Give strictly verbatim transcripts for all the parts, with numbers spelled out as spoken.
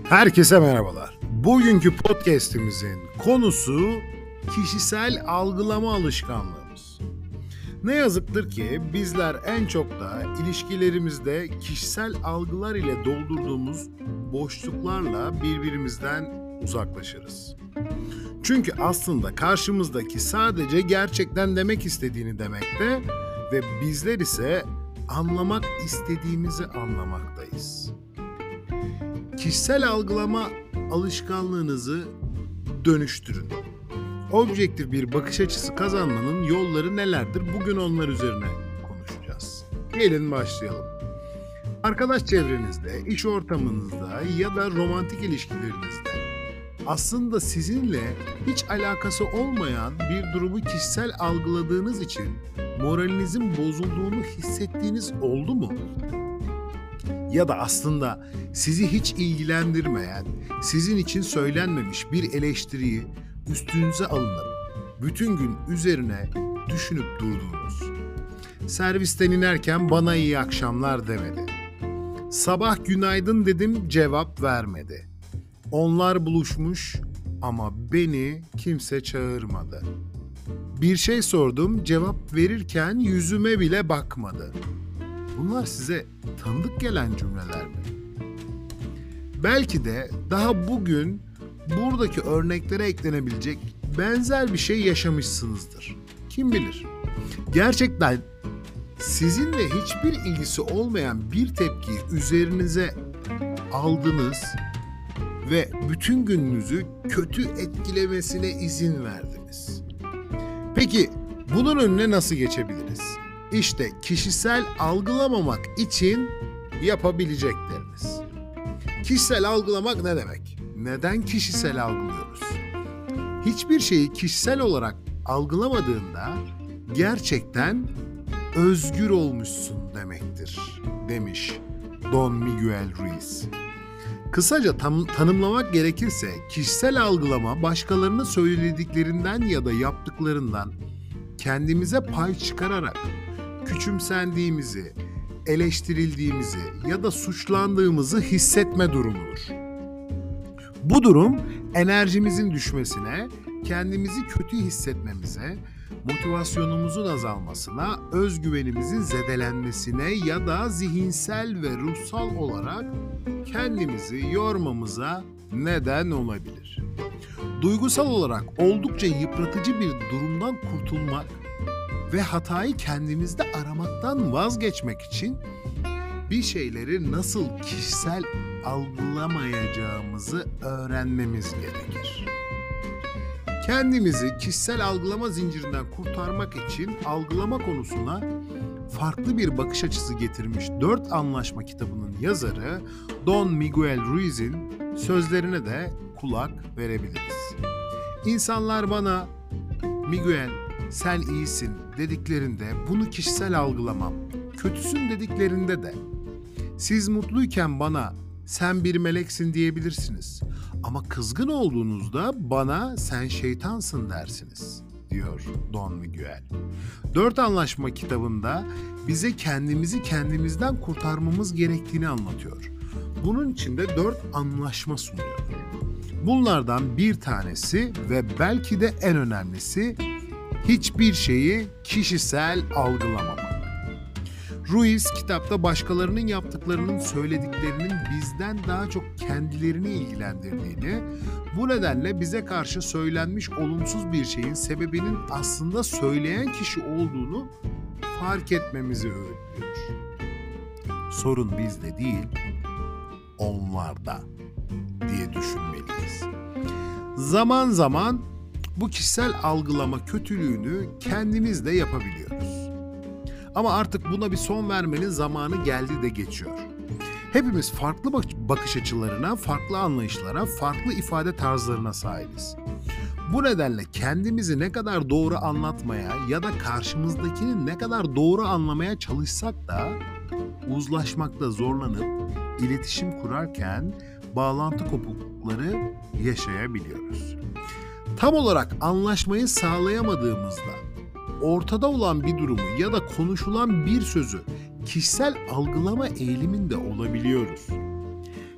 Herkese merhabalar. Bugünkü podcast'imizin konusu kişisel algılama alışkanlığımız. Ne yazıktır ki bizler en çok da ilişkilerimizde kişisel algılar ile doldurduğumuz boşluklarla birbirimizden uzaklaşırız. Çünkü aslında karşımızdaki sadece gerçekten demek istediğini demekte ve bizler ise anlamak istediğimizi anlamaktayız. Kişisel algılama alışkanlığınızı dönüştürün. Objektif bir bakış açısı kazanmanın yolları nelerdir? Bugün onlar üzerine konuşacağız. Gelin başlayalım. Arkadaş çevrenizde, iş ortamınızda ya da romantik ilişkilerinizde aslında sizinle hiç alakası olmayan bir durumu kişisel algıladığınız için moralinizin bozulduğunu hissettiğiniz oldu mu? Ya da aslında sizi hiç ilgilendirmeyen, sizin için söylenmemiş bir eleştiriyi üstünüze alınıp bütün gün üzerine düşünüp durduğunuz. Servisten inerken bana iyi akşamlar demedi. Sabah günaydın dedim, cevap vermedi. Onlar buluşmuş ama beni kimse çağırmadı. Bir şey sordum, cevap verirken yüzüme bile bakmadı. Bunlar size tanıdık gelen cümleler mi? Belki de daha bugün buradaki örneklere eklenebilecek benzer bir şey yaşamışsınızdır. Kim bilir? Gerçekten sizinle hiçbir ilgisi olmayan bir tepkiyi üzerinize aldınız ve bütün gününüzü kötü etkilemesine izin verdiniz. Peki bunun önüne nasıl geçebiliriz? İşte kişisel algılamamak için yapabilecekleriniz. Kişisel algılamak ne demek? Neden kişisel algılıyoruz? Hiçbir şeyi kişisel olarak algılamadığında gerçekten özgür olmuşsun demektir, demiş Don Miguel Ruiz. Kısaca tam, tanımlamak gerekirse kişisel algılama başkalarının söylediklerinden ya da yaptıklarından kendimize pay çıkararak küçümsendiğimizi, eleştirildiğimizi ya da suçlandığımızı hissetme durumudur. Bu durum enerjimizin düşmesine, kendimizi kötü hissetmemize, motivasyonumuzun azalmasına, özgüvenimizin zedelenmesine ya da zihinsel ve ruhsal olarak kendimizi yormamıza neden olabilir. Duygusal olarak oldukça yıpratıcı bir durumdan kurtulmak ve hatayı kendimizde aramaktan vazgeçmek için bir şeyleri nasıl kişisel algılamayacağımızı öğrenmemiz gerekir. Kendimizi kişisel algılama zincirinden kurtarmak için algılama konusuna farklı bir bakış açısı getirmiş Dört Anlaşma kitabının yazarı Don Miguel Ruiz'in sözlerine de kulak verebiliriz. İnsanlar bana "Miguel, sen iyisin" dediklerinde bunu kişisel algılamam. Kötüsün dediklerinde de siz mutluyken bana "sen bir meleksin" diyebilirsiniz. Ama kızgın olduğunuzda bana "sen şeytansın" dersiniz, diyor Don Miguel. Dört Anlaşma kitabında bize kendimizi kendimizden kurtarmamız gerektiğini anlatıyor. Bunun için de dört anlaşma sunuyor. Bunlardan bir tanesi ve belki de en önemlisi hiçbir şeyi kişisel algılamamak. Ruiz kitapta başkalarının yaptıklarının söylediklerinin bizden daha çok kendilerini ilgilendirdiğini, bu nedenle bize karşı söylenmiş olumsuz bir şeyin sebebinin aslında söyleyen kişi olduğunu fark etmemizi öğütlüyor. Sorun bizde değil, onlarda diye düşünmeliyiz. Zaman zaman bu kişisel algılama kötülüğünü kendimiz de yapabiliyoruz. Ama artık buna bir son vermenin zamanı geldi de geçiyor. Hepimiz farklı bakış açılarına, farklı anlayışlara, farklı ifade tarzlarına sahibiz. Bu nedenle kendimizi ne kadar doğru anlatmaya ya da karşımızdakini ne kadar doğru anlamaya çalışsak da uzlaşmakta zorlanıp iletişim kurarken bağlantı kopuklukları yaşayabiliyoruz. Tam olarak anlaşmayı sağlayamadığımızda ortada olan bir durumu ya da konuşulan bir sözü kişisel algılama eğiliminde olabiliyoruz.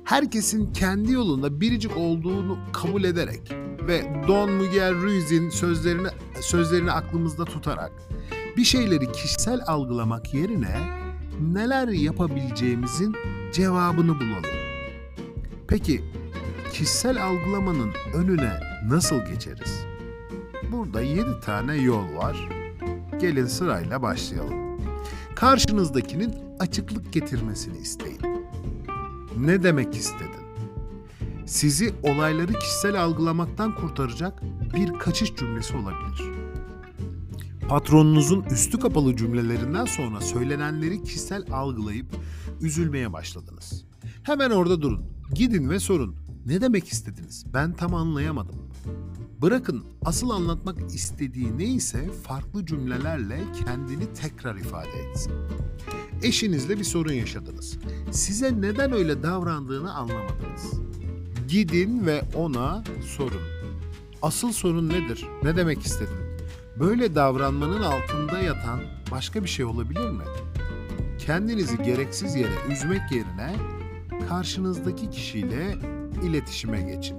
Herkesin kendi yolunda biricik olduğunu kabul ederek ve Don Miguel Ruiz'in sözlerini sözlerini aklımızda tutarak bir şeyleri kişisel algılamak yerine neler yapabileceğimizin cevabını bulalım. Peki kişisel algılamanın önüne nasıl geçeriz? Burada yedi tane yol var. Gelin sırayla başlayalım. Karşınızdakinin açıklık getirmesini isteyin. Ne demek istedin? Sizi olayları kişisel algılamaktan kurtaracak bir kaçış cümlesi olabilir. Patronunuzun üstü kapalı cümlelerinden sonra söylenenleri kişisel algılayıp üzülmeye başladınız. Hemen orada durun. Gidin ve sorun. Ne demek istediniz? Ben tam anlayamadım. Bırakın asıl anlatmak istediği neyse farklı cümlelerle kendini tekrar ifade etsin. Eşinizle bir sorun yaşadınız. Size neden öyle davrandığını anlamadınız. Gidin ve ona sorun. Asıl sorun nedir? Ne demek istedin? Böyle davranmanın altında yatan başka bir şey olabilir mi? Kendinizi gereksiz yere üzmek yerine karşınızdaki kişiyle iletişime geçin.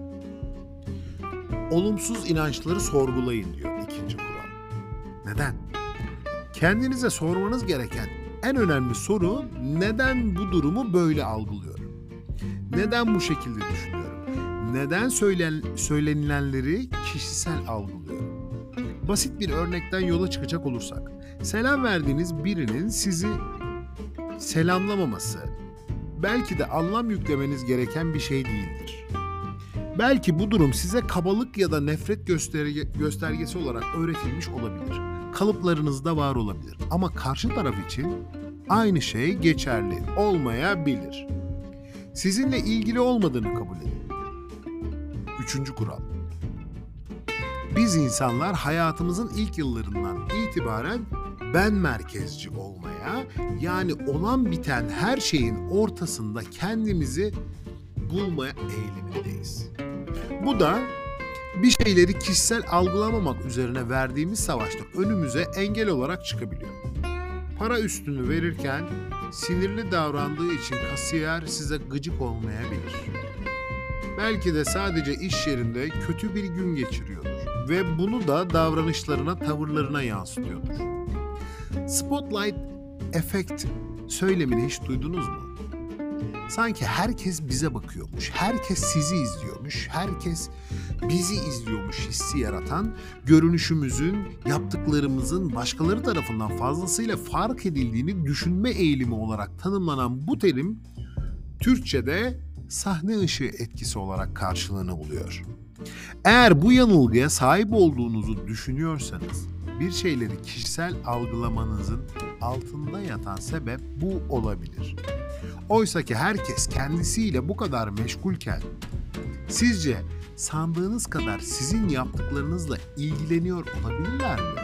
Olumsuz inançları sorgulayın diyor ikinci kural. Neden? Kendinize sormanız gereken en önemli soru, neden bu durumu böyle algılıyorum? Neden bu şekilde düşünüyorum? Neden söylen, söylenilenleri kişisel algılıyorum? Basit bir örnekten yola çıkacak olursak, selam verdiğiniz birinin sizi selamlamaması belki de anlam yüklemeniz gereken bir şey değildir. Belki bu durum size kabalık ya da nefret gösterge, göstergesi olarak öğretilmiş olabilir. Kalıplarınızda var olabilir. Ama karşı taraf için aynı şey geçerli olmayabilir. Sizinle ilgili olmadığını kabul edin. Üçüncü kural. Biz insanlar hayatımızın ilk yıllarından itibaren ben merkezci olmaya, yani olan biten her şeyin ortasında kendimizi bulmaya eğilimindeyiz. Bu da bir şeyleri kişisel algılamamak üzerine verdiğimiz savaşta önümüze engel olarak çıkabiliyor. Para üstünü verirken sinirli davrandığı için kasiyer size gıcık olmayabilir. Belki de sadece iş yerinde kötü bir gün geçiriyordur ve bunu da davranışlarına, tavırlarına yansıtıyordur. Spotlight Effect söylemini hiç duydunuz mu? Sanki herkes bize bakıyormuş, herkes sizi izliyormuş, herkes bizi izliyormuş hissi yaratan, görünüşümüzün, yaptıklarımızın başkaları tarafından fazlasıyla fark edildiğini düşünme eğilimi olarak tanımlanan bu terim, Türkçe'de sahne ışığı etkisi olarak karşılığını buluyor. Eğer bu yanılgıya sahip olduğunuzu düşünüyorsanız, bir şeyleri kişisel algılamanızın altında yatan sebep bu olabilir. Oysa ki herkes kendisiyle bu kadar meşgulken, sizce sandığınız kadar sizin yaptıklarınızla ilgileniyor olabilirler mi?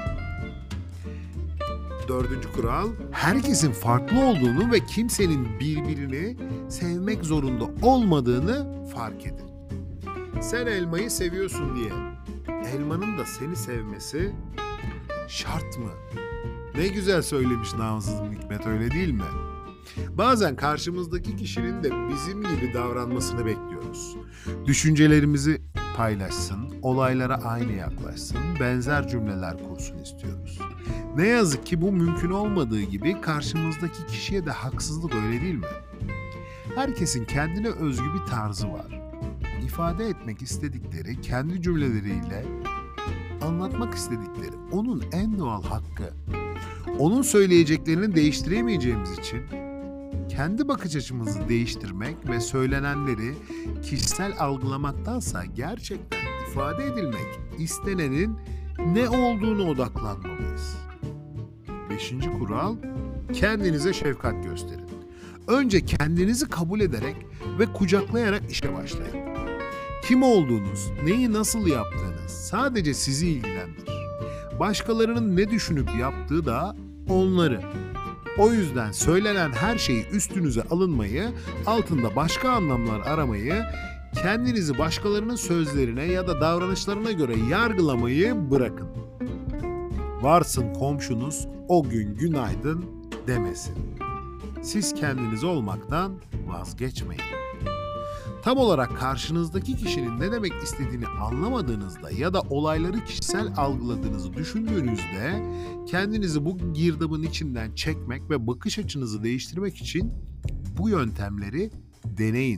Dördüncü kural, herkesin farklı olduğunu ve kimsenin birbirini sevmek zorunda olmadığını fark edin. Sen elmayı seviyorsun diye elmanın da seni sevmesi şart mı? Ne güzel söylemiş Nazım Hikmet, öyle değil mi? Bazen karşımızdaki kişinin de bizim gibi davranmasını bekliyoruz. Düşüncelerimizi paylaşsın, olaylara aynı yaklaşsın, benzer cümleler kursun istiyoruz. Ne yazık ki bu mümkün olmadığı gibi karşımızdaki kişiye de haksızlık, öyle değil mi? Herkesin kendine özgü bir tarzı var. İfade etmek istedikleri, kendi cümleleriyle anlatmak istedikleri onun en doğal hakkı. Onun söyleyeceklerini değiştiremeyeceğimiz için kendi bakış açımızı değiştirmek ve söylenenleri kişisel algılamaktansa gerçekten ifade edilmek istenenin ne olduğunu odaklanmalıyız. Beşinci kural, kendinize şefkat gösterin. Önce kendinizi kabul ederek ve kucaklayarak işe başlayın. Kim olduğunuz, neyi nasıl yaptığınız sadece sizi ilgilendirir. Başkalarının ne düşünüp yaptığı da onları. O yüzden söylenen her şeyi üstünüze alınmayı, altında başka anlamlar aramayı, kendinizi başkalarının sözlerine ya da davranışlarına göre yargılamayı bırakın. Varsın komşunuz o gün günaydın demesin. Siz kendiniz olmaktan vazgeçmeyin. Tam olarak karşınızdaki kişinin ne demek istediğini anlamadığınızda ya da olayları kişisel algıladığınızı düşündüğünüzde kendinizi bu girdabın içinden çekmek ve bakış açınızı değiştirmek için bu yöntemleri deneyin.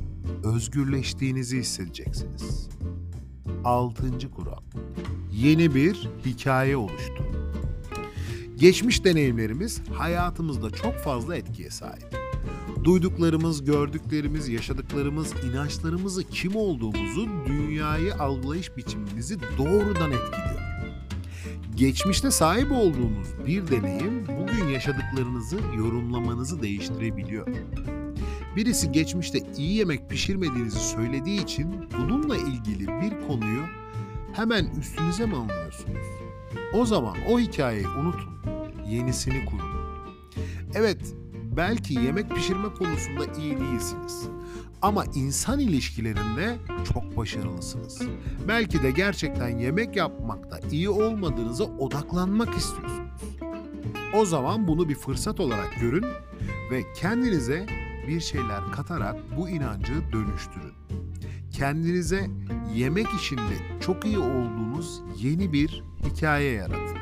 Özgürleştiğinizi hissedeceksiniz. Altıncı kural. Yeni bir hikaye oluşturun. Geçmiş deneyimlerimiz hayatımızda çok fazla etkiye sahip. Duyduklarımız, gördüklerimiz, yaşadıklarımız, inançlarımızı, kim olduğumuzu, dünyayı algılayış biçimimizi doğrudan etkiliyor. Geçmişte sahip olduğunuz bir deneyim bugün yaşadıklarınızı, yorumlamanızı değiştirebiliyor. Birisi geçmişte iyi yemek pişirmediğinizi söylediği için bununla ilgili bir konuyu hemen üstünüze mi alıyorsunuz? O zaman o hikayeyi unutun, yenisini kurun. Evet, belki yemek pişirme konusunda iyi değilsiniz. Ama insan ilişkilerinde çok başarılısınız. Belki de gerçekten yemek yapmakta iyi olmadığınıza odaklanmak istiyorsunuz. O zaman bunu bir fırsat olarak görün ve kendinize bir şeyler katarak bu inancı dönüştürün. Kendinize yemek işinde çok iyi olduğunuz yeni bir hikaye yaratın.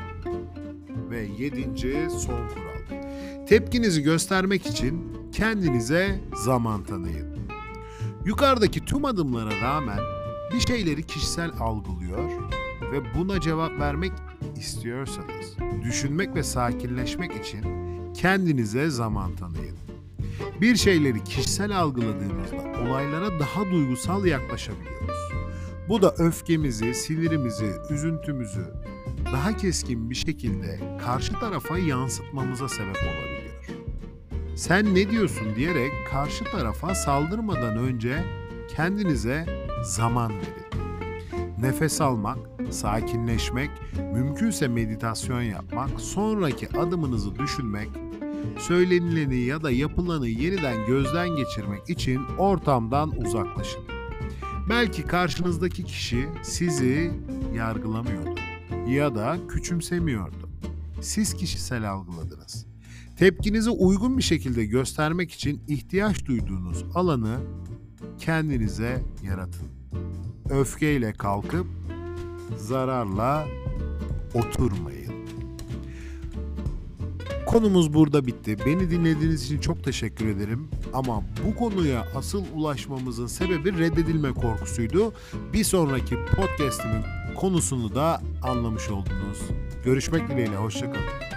Ve yedinci son kural. Tepkinizi göstermek için kendinize zaman tanıyın. Yukarıdaki tüm adımlara rağmen bir şeyleri kişisel algılıyor ve buna cevap vermek istiyorsanız, düşünmek ve sakinleşmek için kendinize zaman tanıyın. Bir şeyleri kişisel algıladığımızda olaylara daha duygusal yaklaşabiliyoruz. Bu da öfkemizi, sinirimizi, üzüntümüzü daha keskin bir şekilde karşı tarafa yansıtmamıza sebep olabiliyor. Sen ne diyorsun diyerek karşı tarafa saldırmadan önce kendinize zaman verin. Nefes almak, sakinleşmek, mümkünse meditasyon yapmak, sonraki adımınızı düşünmek, söylenileni ya da yapılanı yeniden gözden geçirmek için ortamdan uzaklaşın. Belki karşınızdaki kişi sizi yargılamıyordu ya da küçümsemiyordu. Siz kişisel algıladınız. Tepkinizi uygun bir şekilde göstermek için ihtiyaç duyduğunuz alanı kendinize yaratın. Öfkeyle kalkıp zararla oturmayın. Konumuz burada bitti. Beni dinlediğiniz için çok teşekkür ederim. Ama bu konuya asıl ulaşmamızın sebebi reddedilme korkusuydu. Bir sonraki podcast'imin konusunu da anlamış oldunuz. Görüşmek dileğiyle, hoşça kalın.